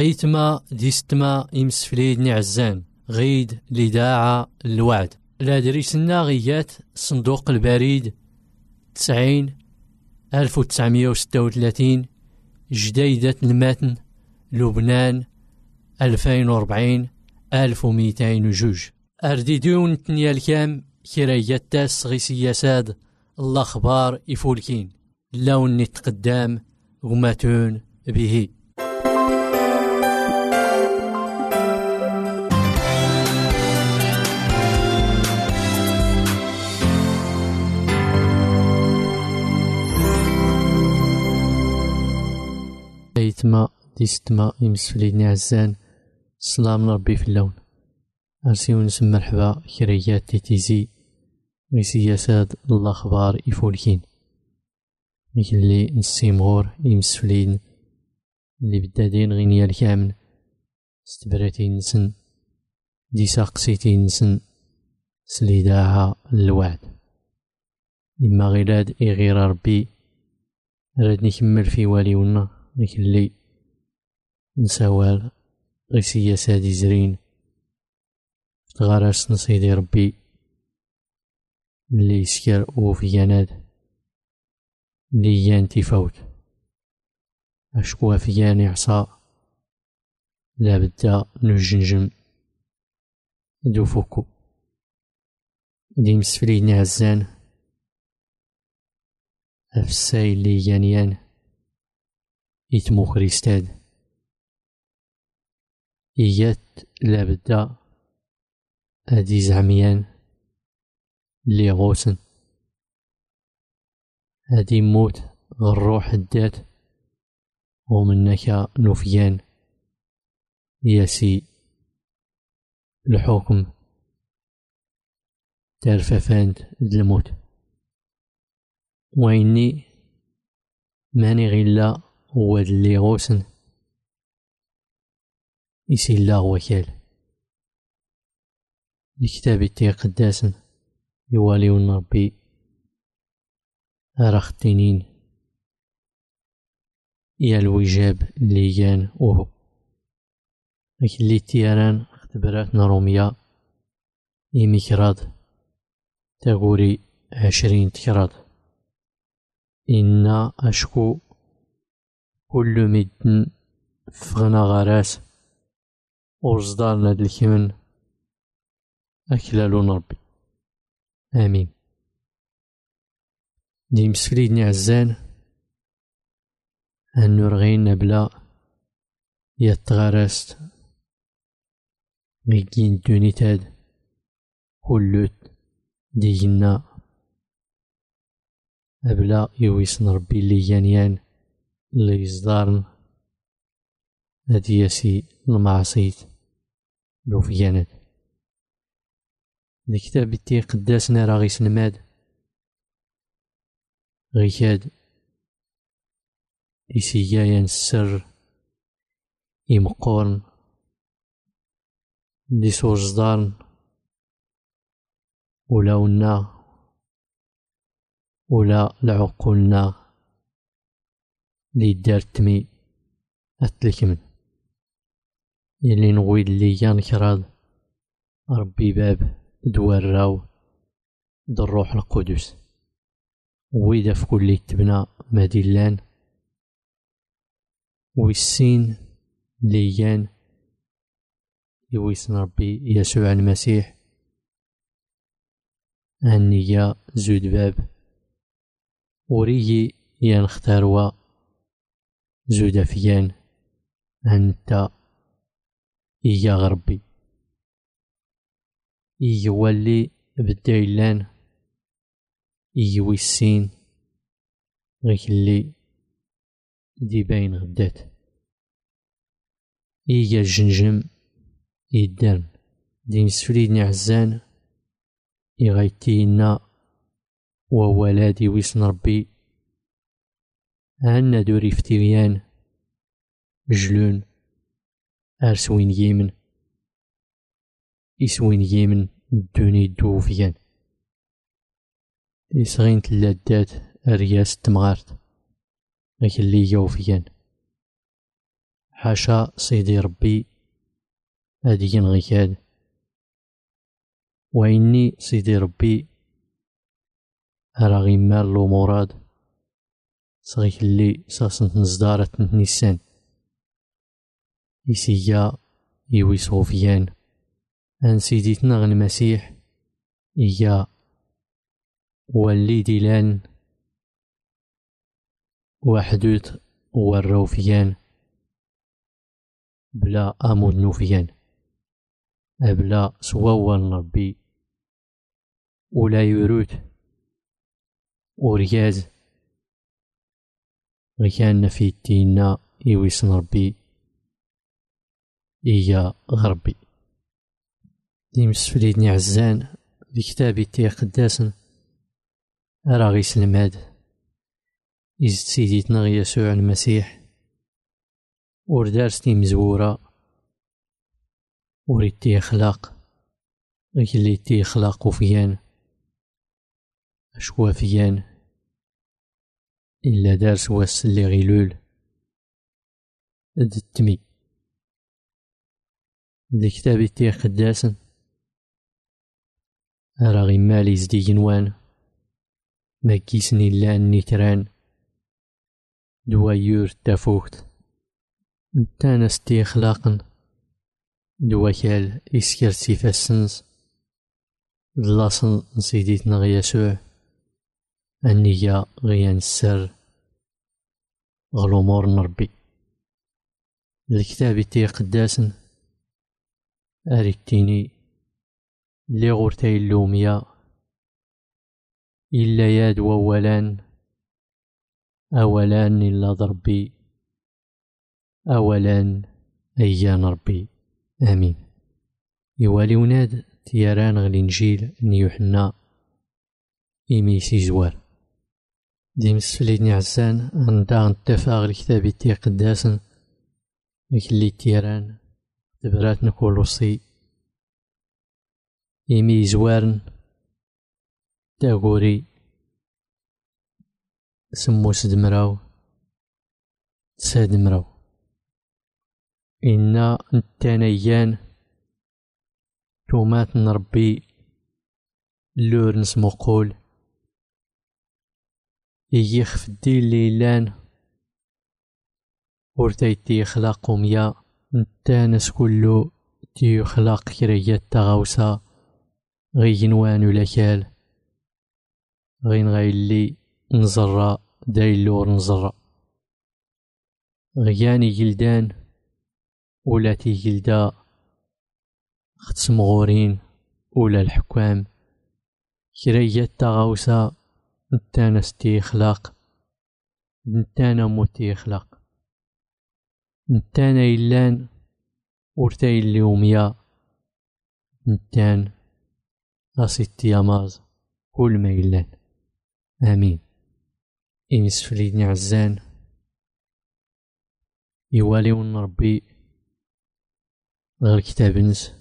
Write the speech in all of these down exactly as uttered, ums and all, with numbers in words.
غيتما ديستما يمسفليد نعزان غيد لداعة الوعد لا دريسنا غيات صندوق البريد تسعين ألف وتسعمية وستة وثلاثين جديدة المتن لبنان ألفين وربعين ألف ومئتين وجوج أرديدون تنيا الكام كرايات تاس غي سياساد الأخبار يفولكين لون نتقدام وماتون به ايتما ديستما يمسفليدني عزان سلام ربي في اللون أرسيو نسم مرحبا كريات تيتيزي غي سياسات الأخبار يفولكين ميك اللي نسيمغور يمسفلين اللي بدادين غينيا الكامن ستبراتين نسن دي ساقسيتين نسن سليداها الوعد إما غيلاد إغير ربي راد نكمل في واليونا ميك اللي نسوال غي سياسات زرين تغارس نصيدي ربي اللي يسكر وفي يناد اللي يانتي فوت أشكوا في ياني عصا لابد نجنجم دوفوكو دي مسفليني عزان أفساي اللي يانيان يتمو خريستاد إيات لابد أدي زعميان اللي غوسن هادي موت غروح الدات ومنك نوفيان ياسي الحكم ترففاند الموت وإني ماني غيلا هو اللي غوسن يسي الله وكال الكتاب تي قداسن يواليون ربي أرختينين يا الوجاب اللي يان وهو لكن اللي تياران اختبراتنا روميا يميكراد تقولي عشرين تكراد إنا أشكو كل مدن فغنا غراس ورزدارنا دالكمن أكلالون ربي آمين دي مسفليدني عزان هنورغين نبلا يتغارست غيكين دونيتاد كلوت ديجنا أبلا يويسن ربي اللي يانيان اللي يصدارن هادي ياسي المعصيت لو فيانات الكتاب تي قداسنا راه غيسنماد غيكاد إسيايان السر يمقورن دي سوزدارن ولا ونا ولا لعقولنا لي دارتمي أتلكمن يلي نغويد لي ينكراد ربي باب دوار راو بالروح القدس ويدا في كل تبنى مديلان ويسين ليان يويسن ربي يسوع المسيح النية زود باب وريي ينختاروا زود فيان أنت إيا غربي يولي بدايلان يويسين غيك اللي دي باين غدات إيا الجنجم يدان دي مسفليدني عزان يغيتينا وولادي ويسن ربي عنا دوري فتيريان بجلون أرسوين يمن إسوين يمن الدوني دوفيان إسغين تلادات أرياس تمغارت لكن لي يوفيان حاشا سيدي ربي هادي غيكاد، وإني سيدي ربي أرى غيمال لو مراد صغيك اللي ساسنت نزدارة نيسان إسيا إيوي صوفيان أن سيديتنا غن المسيح إيا واللي ديلان وحدوت والروفيان بلا أمود نوفيان أبلا سواوان ربي ولا يروت ورياز غيان في التينا إيويسن ربي إيا غربي ديمس فليدني عزان بكتابي تي قداسن أراغي سلماد إز سيديتنا غي يسوع المسيح وردارستي مزورة وريد تي خلاق غيك اللي تي خلاق وفيان أشوا فيان إلا دارس واس اللي غيلول دتمي دي كتابي تي قداسن أراغي مالي زدي جنوان ما كيسني لا النيتران دوايور تافوت نتانا ستي خلاقن دواكال إسكر سيفاسنس دلاصن سيديتنا غي يسوع النية غيان السر غلومور نربي الكتاب تي قداسن أريتيني لي غورتاي اللومية إلا ياد وولان أولان إلا ضربي أولان أيان ربي آمين. يوالي وناد تياران غ الإنجيل ني يوحنا إيميسي زوار ديمس فليدني عزان غندا نتفاغ الكتاب تي قداسن اللي تياران تبرات نكولوسي إيمي زوارن تاغوري سمو سدمراو تسادمراو إنا نتانيان تومات نربي لور نسمو قول يخف الدين ليلان ورتايتي يخلق ميا نتانس كلو تي يخلق كريات تغاوسا غي نوان ولا كال غين غايلي نزرى دايلور نزرى غياني جلدان ولا تي جلدا ختسم غورين ولا الحكام كريات تغاوسا نتانا ستي خلاق نتانا موتي يخلق نتانا إلان ورتاي اليوميا نتان أسيتي ياماز كل ما إلان آمين. إنس فليدني عزان يوالي ونربي غير كتاب نس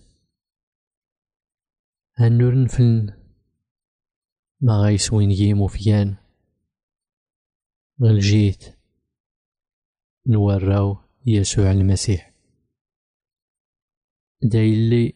هنور نفلن ما غايسوين ييمو فيان غير جيت نوراو يسوع المسيح دايلي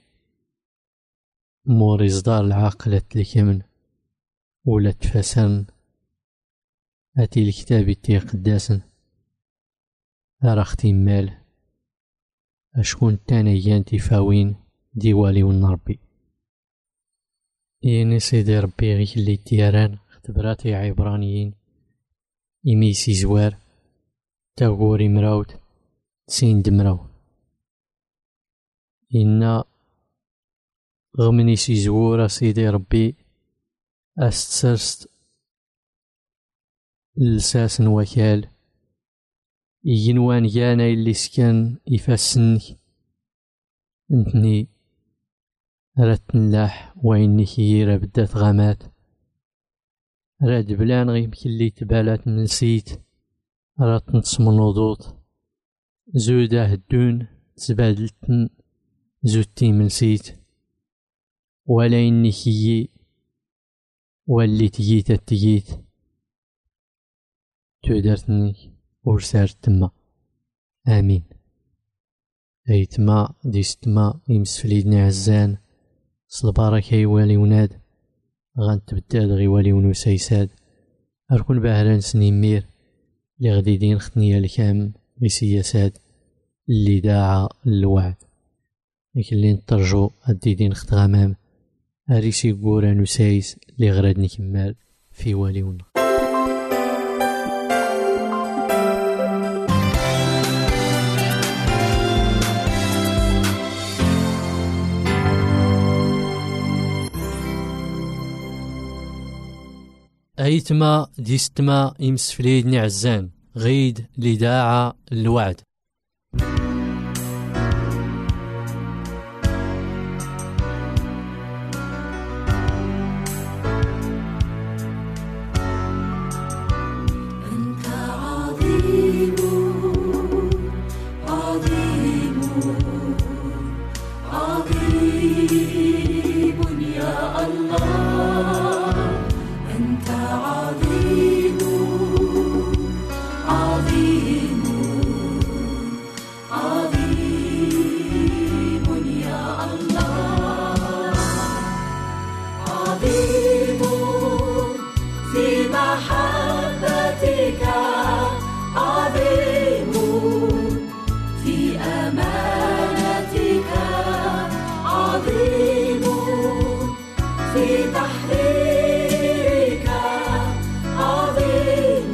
مور إصدار العاقلة الكمن ولا تفسرن هاتي الكتاب تي قداسن أرختي مال أشكون تانيان تفاوين ديوالي ونربي إيني سيدي ربي غيك اللي تياران اختبراتي عبرانيين إميسي زوار تاغوري مراوت سين دمراو إنا غمني سي زوورا سيدي ربي أستسرست لساس وكال ينوان يانا اللي سكن يفاسنك انتني رات نلاح ويني كيرا بدات غامات راد بلان غيمك اللي تبالات نسيت رات نتصم النضوط زودا هدون تبادلتن زودتي منسيت ولا إني كيي واللي تجيت تجيت تودرتني ورسارت تما آمين. أيتما ديستما يمسفليدني عزان صلبارك يوالي وناد غنتبداد غيوالي ونسيساد أركون باهران سنيمير لي غديدين ختنيا الكام غي سياسات اللي داعا الوعد لكن اللي نترجو هديدين خت غمام أريسي قورا نسايس لي غراد نكمال في واليونا. أيتما ديستما يمسفليدني عزان غيد لداعا الوعد. أنت عظيم عظيم عظيم يا الله، أنت عظيم عظيم عظيم يا الله، عظيم في محبتك، عظيم في أمانتك، عظيم في تحريرك، عظيم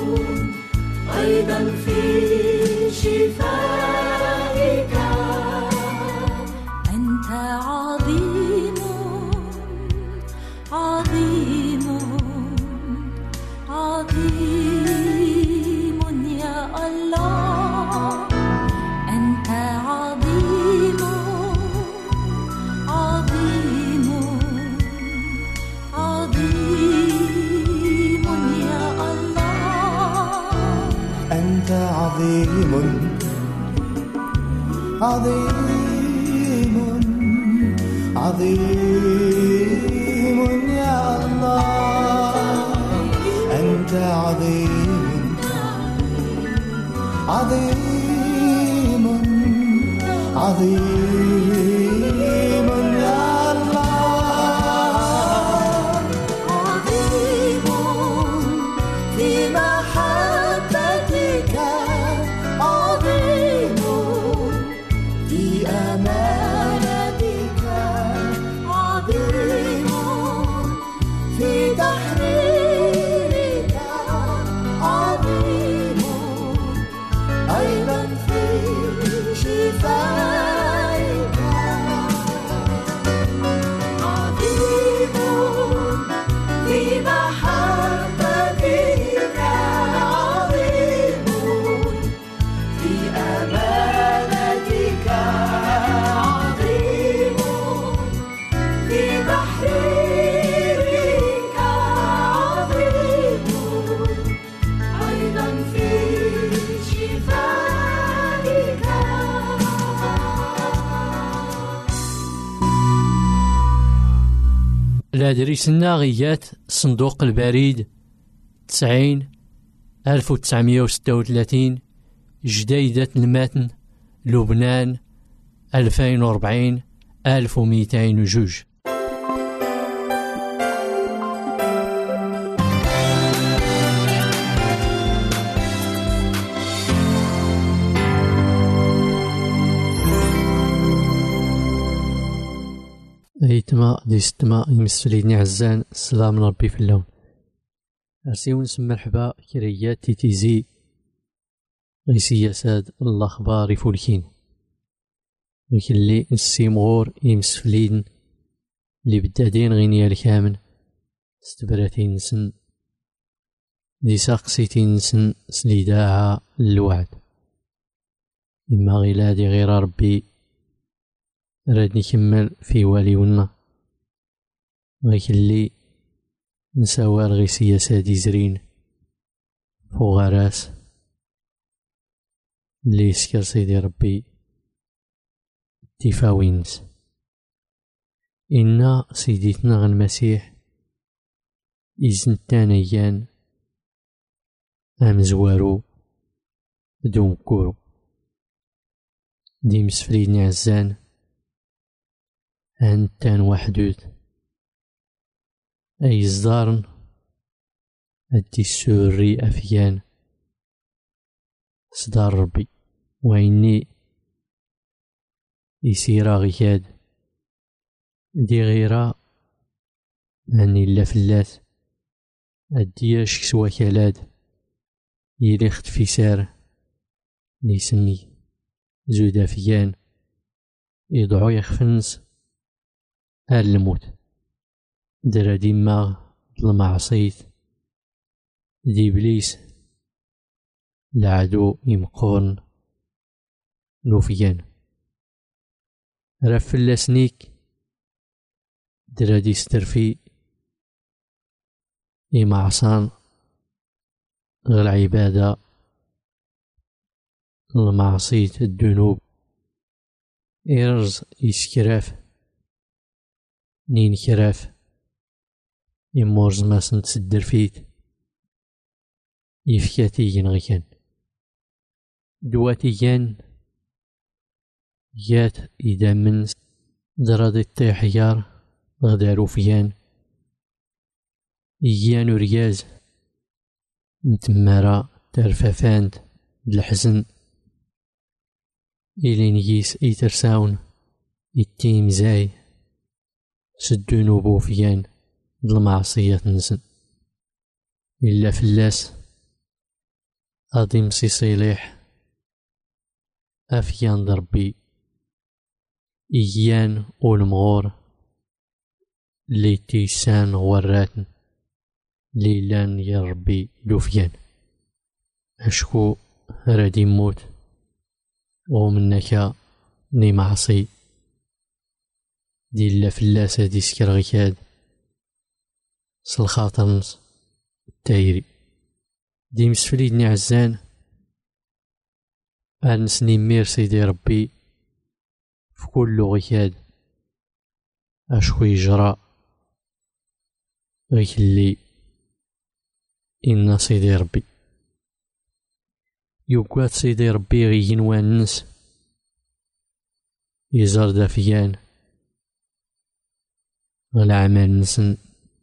أيضا في شفائك. أنت عظيم عظيم عظيم يا الله، أنت عظيم عظيم عظيم يا الله، أنت عظيم عظيم عظيم يا الله، أنت عظيم عظيم عظيم يا الله، عظيم في محبتك، عظيم في أمانتك، عظيم في تحريرك، عظيم أيضا في شفائك، عظيم في محبتك، عظيم في أمانتك، عظيم في تحريرك، عظيم أيضا في شفائك. الأدريسنا غيات صندوق البريد تسعين ألف وتسعمية وستة وثلاثين جديدة المتن لبنان ألفين وربعين ألف ومئتين وجوج. أيتما ديستما يمسفليدني عزان السلام ربي في اللون. أرسيون نسمى مرحبا كريات تيتيزي غي سياسات الأخبار يفولكين لكن اللي السيمغور يمسفليدن اللي بدادين غينيا الكامن ستبراتين نسن دي ساقسيتين نسن سليداعا الوعد إما غيلادي غير ربي راد نكمل في واليونا غيك اللي نساوال غي سياسات يزرين فوغاراس اللي يسكر سيدي ربي تيفاوينس إنا سيديتنا غن المسيح إذن تانيان أم زوارو بدون كورو دي مسفريدني عزان أنتان وحدود أي زدارن أدي السوري أفيان صدار ربي وإني يسيرا غياد دي غيرا أني لا فلات أدياش كسوا كالاد يليخت في سار نيسني زود أفيان يضعو يخفنس آل الموت درا ديما المعصيت دي إبليس العدو يمقورن نوفيان رفل سنيك درا دي سترفي يمعصان غير العبادة المعصيت الذنوب إرز يسكراف نين كراف يمورز ما سنتسدر فيت يفكاتي ينغيكن دواتي ين يات إذا من درادي الطيحيار غدارو فيان إيان ورياز نتمارا ترفافاند بالحزن إلي نجيس إيترساون يتيم زاي سدو نوبو فيان المعصية نزن إلا فلاس أديم سيصيليح أفيان ضربي إيان والمغور لي تيسان غوراتن ليلان يا ربي دوفيان أشكو رادي موت ومنك ني معصي دي لا فلاسة دي سكرغيكاد سالخاطرنس التايري دي مسفليدني عزان أنسني مير سيدي ربي في كل غيكاد أشكو يجرى غيك اللي إن سيدي ربي يوكوات سيدي ربي غي ينوانس يزار دافيان الأعمال نسن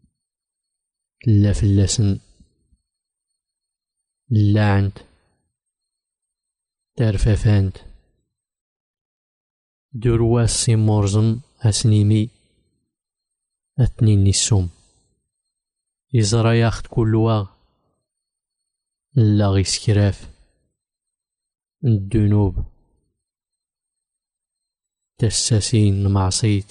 لا فلاسن لا عند ترفافاند درواس سيمورزم أسنيمي أتنين السوم يزرا ياخد كل واغ لا غي سكراف الذنوب تساسين معصيت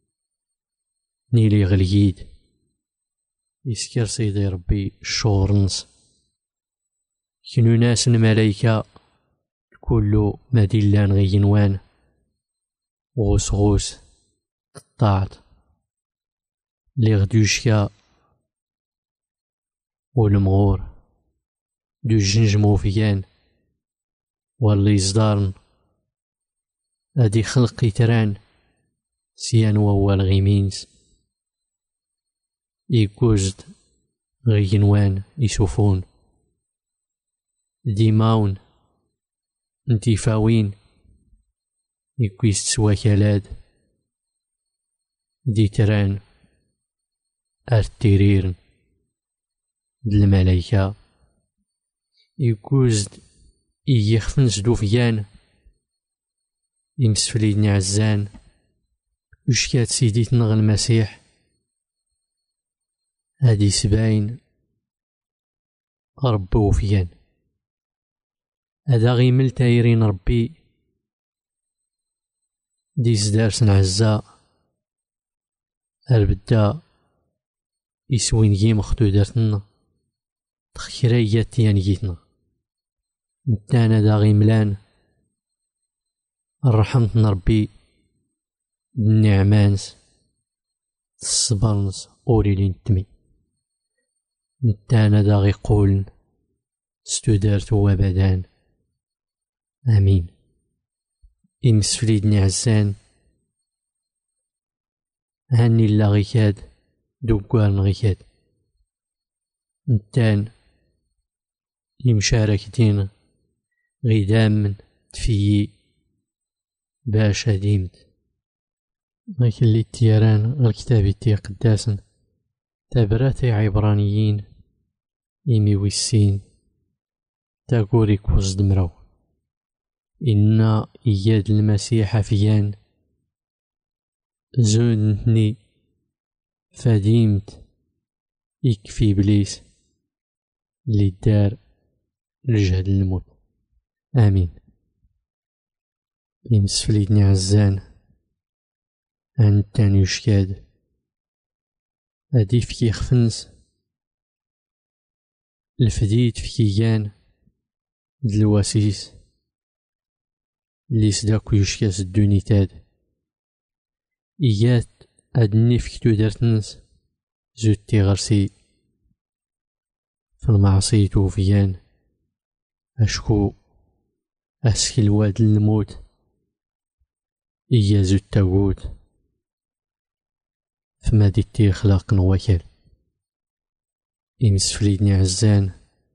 نيلي غليد يسكر سيدي ربي الشورنس كنو ناس الملايكة كلو مدلان غينوان غوس غوس قطعت لي غدوشكا والمغور دو جنجمو فيان واللي يزدارن ادي خلق يتران سيان ووال غيمينز يكوزد غينوان يشوفون ديماون انتفاوين يكويس تسواكالاد دي تران ارتيريرن الملايكة يكوزد يخفن زدوفيان يمسفليدني عزان وشكات سيدي تنغ المسيح هادي سباين ربي وفيان هذا غيمل تايرين ربي دي زدارسن عزا البدا يسوين جيم خدوداتنا تخيريات تيان جيتنا نتانا دا غيملان الرحمة ربي النعمانس الصبرنس أوري لنتمي نتانا دا غيقولن ستودارت وابدان آمين إمسفليدني عزان هاني لا غيكاد دوكوارن غيكاد نتان يمشارك دين غيدام تفيي باش ديمت لكن اللي تيران الكتاب تي قداسن تابراتي عبرانيين إيمي ويسين تاكوري كوز دمرو إن إياد المسيح فيان زودني فديمت يكفي إبليس اللي دار الجهد الموت. آمين. يمسفليدني عزان أنتان يشكاد أدي فكي خفنس الفديد فكيان دلواسيس اللي سداكو يشكاس الدونيتاد إيات أدني فكتو دارتنس زوتي غرسي في المعصية توفيان أشكو أسكي الواد الموت إيا زوت تاغوت فما ديتي خلاق نواكل إمسفليدني عزان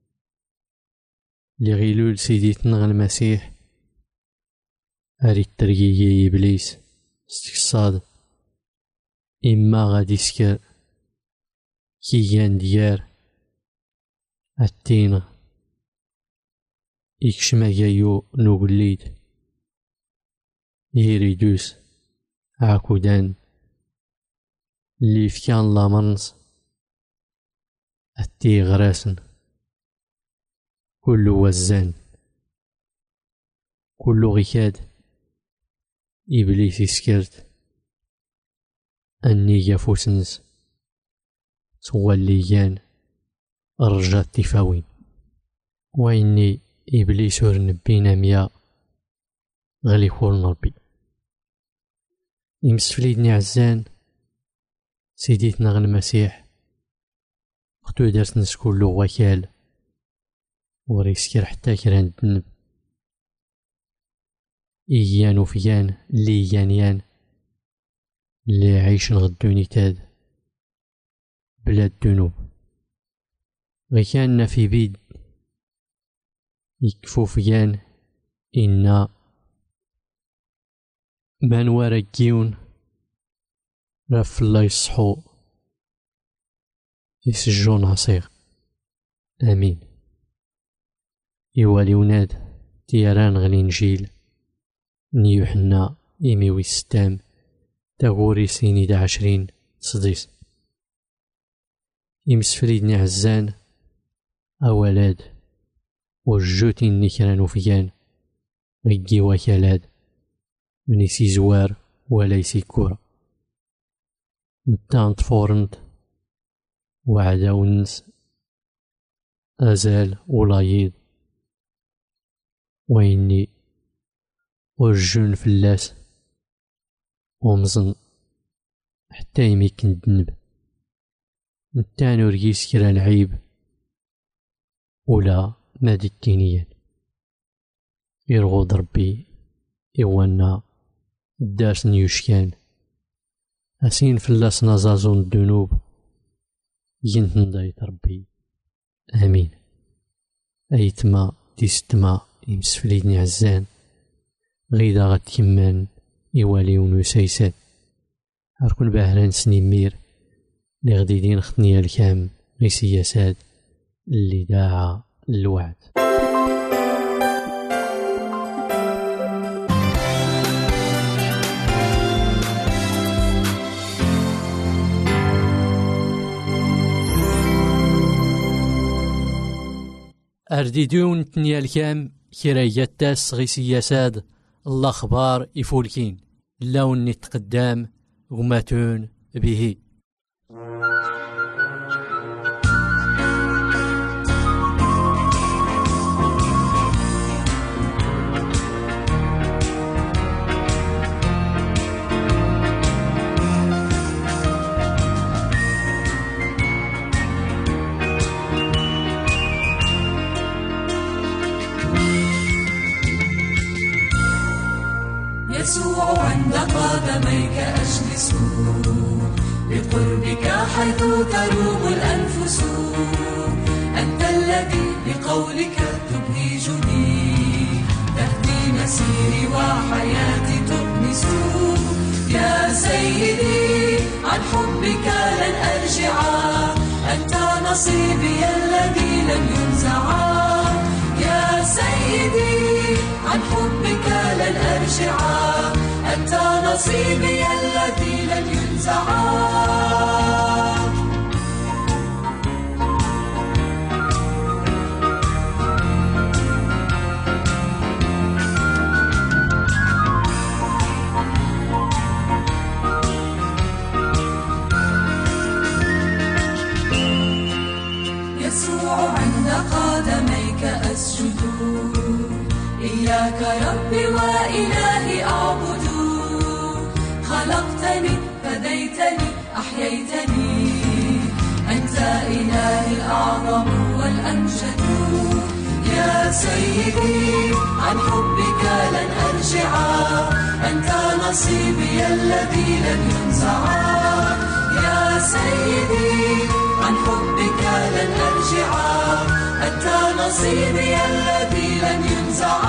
لي غيلول سيدي تنغ المسيح أريد ترقيي إبليس استقصاد إما غادي سكر كيان ديار التين إكشما جايو نوغليد يريدوس عاكودان اللي فكان لامرنس التي غراسن كل وزان كل غيكاد إبليس سكرت أني يفوسنس سوى الليان الرجاء التفاوين وإني إبليس ورنبينا ميا غالي خول نربي يمسفليدني عزان سيديتنا غن المسيح خطو دارتنس كلو وكال وريسكر حتى كران دنب إيان وفيان اللي يانيان اللي عايشن غدوني تاد بلا الذنوب غيكاننا في بيد يكفو فيان إنا من ورقيون رف الله يصحو يسجون عصير. آمين. يوالي وناد تيران غلي نجيل نيوحنا إيمي ويستام تاغوري سيني دا عشرين صديس يمسفريدني عزان أولاد وجوتي نكران وفيان غيجي وكالاد من يسي زوار ولا يسي كورة نتان تفورنت وعدا ونس أزال ولايض وإني ورجون فلاس ومزن حتى يميكن الدنب نتان وريس كرا العيب ولا مادي التينيان يرغض ربي إوانا دارس نيوشكان أسين فلاس نزازون الذنوب ينتن دايت ربي. آمين. أيتما ديستما يمسفليدني عزان غيدا غد كمان يواليون ويسايسات هركون باهران سنيمير لي غدي دين خطنيا الكام غي سياسات اللي داعا الوعد. أرديدون تنيا الكام كراياتاس غي سياسات الأخبار يفولكين اللون نتقدام غماتون به. يسوع عند قدميك أجلس بقربك حيث تروم الأنفس أنت الذي بقولك تبهجني تهدي مسيري وحياتي. أجلس. يا سيدي عن حبك لن أرجع، أنت نصيبي الذي لن ينزع. يا سيدي عن حبك لن أرجع، أنت نصيبي الذي لن ينزع. يسوع عند قدميك أسجد، إياك ربي وإلهي أعبد. خلقتني فديتني أحييتني، أنت إلهي الأعظم والأمجد. يا سيدي عن حبك لن أرجع، أنت نصيبي الذي لن ينزع. يا سيدي عن حبك لن أرجع، أنت نصيبي الذي لن ينزع.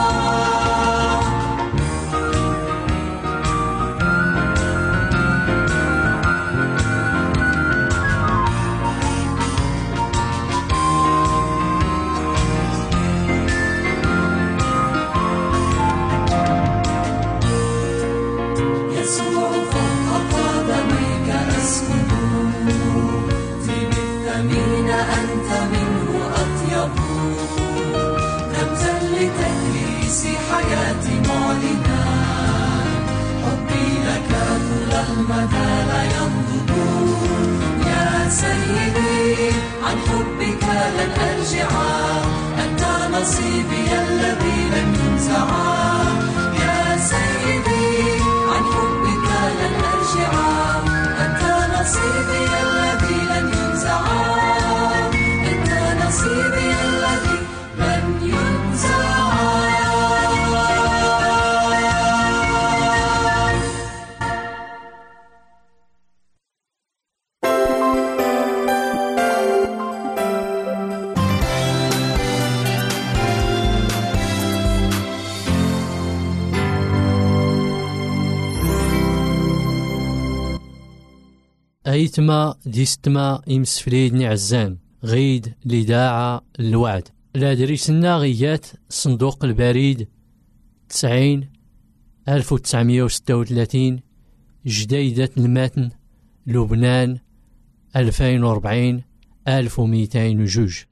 يسوع فوق قدميك أسجد، في بالثمين أنت منه أطيب. رمزا لتكريس حياتي معلنا، حبي لك طول المدى لا ينضب. يا سيدي عن حبك لن أرجع، أنت نصيبي الذي لن ينزع. يا سيدي عن حبك لن أرجع، أنت نصيبي الذي لن ينزع. أنت نصيبي الذي لن ينزع. أيتما ديستما إمسفليدني عزان غيد لداعة الوعد. لا دريسنا غيات صندوق البريد تسعين ألف وتسعمية وستة وثلاثين جديدة المتن لبنان ألفين وأربعين ألف ومئتين وجوج.